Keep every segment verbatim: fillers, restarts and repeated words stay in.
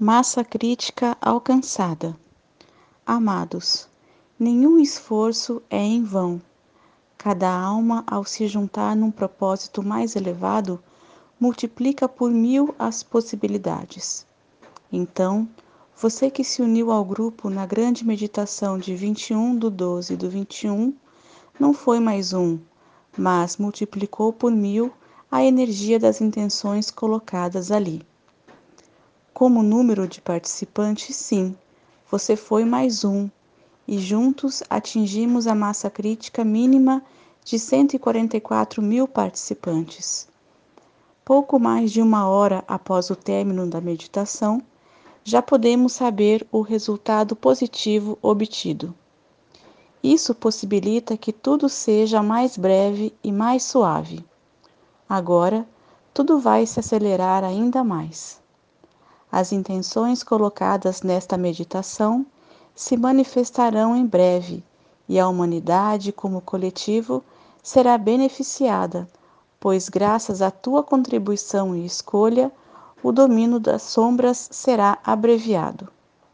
Massa crítica alcançada. Amados, nenhum esforço é em vão. Cada alma, ao se juntar num propósito mais elevado, multiplica por mil as possibilidades. Então, você que se uniu ao grupo na grande meditação de vinte e um do doze do vinte e um, não foi mais um, mas multiplicou por mil a energia das intenções colocadas ali. Como número de participantes, sim, você foi mais um, e juntos atingimos a massa crítica mínima de cento e quarenta e quatro mil participantes. Pouco mais de uma hora após o término da meditação, já podemos saber o resultado positivo obtido. Isso possibilita que tudo seja mais breve e mais suave. Agora, tudo vai se acelerar ainda mais. As intenções colocadas nesta meditação se manifestarão em breve e a humanidade, como coletivo, será beneficiada, pois, graças à tua contribuição e escolha, o domínio das sombras será abreviado.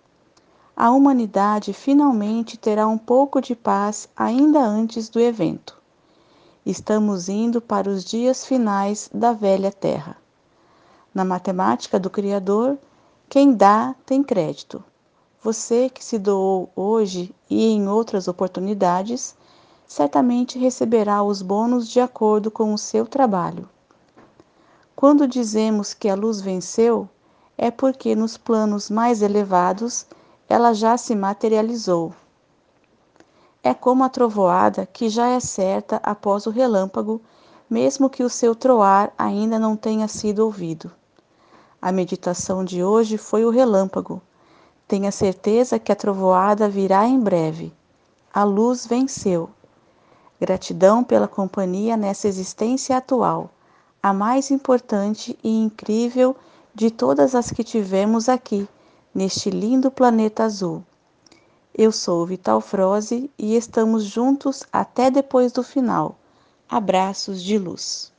A humanidade finalmente terá um pouco de paz ainda antes do evento. Estamos indo para os dias finais da velha Terra. Na matemática do Criador, quem dá tem crédito. Você que se doou hoje e em outras oportunidades, certamente receberá os bônus de acordo com o seu trabalho. Quando dizemos que a luz venceu, é porque nos planos mais elevados ela já se materializou. É como a trovoada que já é certa após o relâmpago, mesmo que o seu troar ainda não tenha sido ouvido. A meditação de hoje foi o relâmpago. Tenha certeza que a trovoada virá em breve. A luz venceu. Gratidão pela companhia nessa existência atual, a mais importante e incrível de todas as que tivemos aqui, neste lindo planeta azul. Eu sou Vital Froze e estamos juntos até depois do final. Abraços de luz.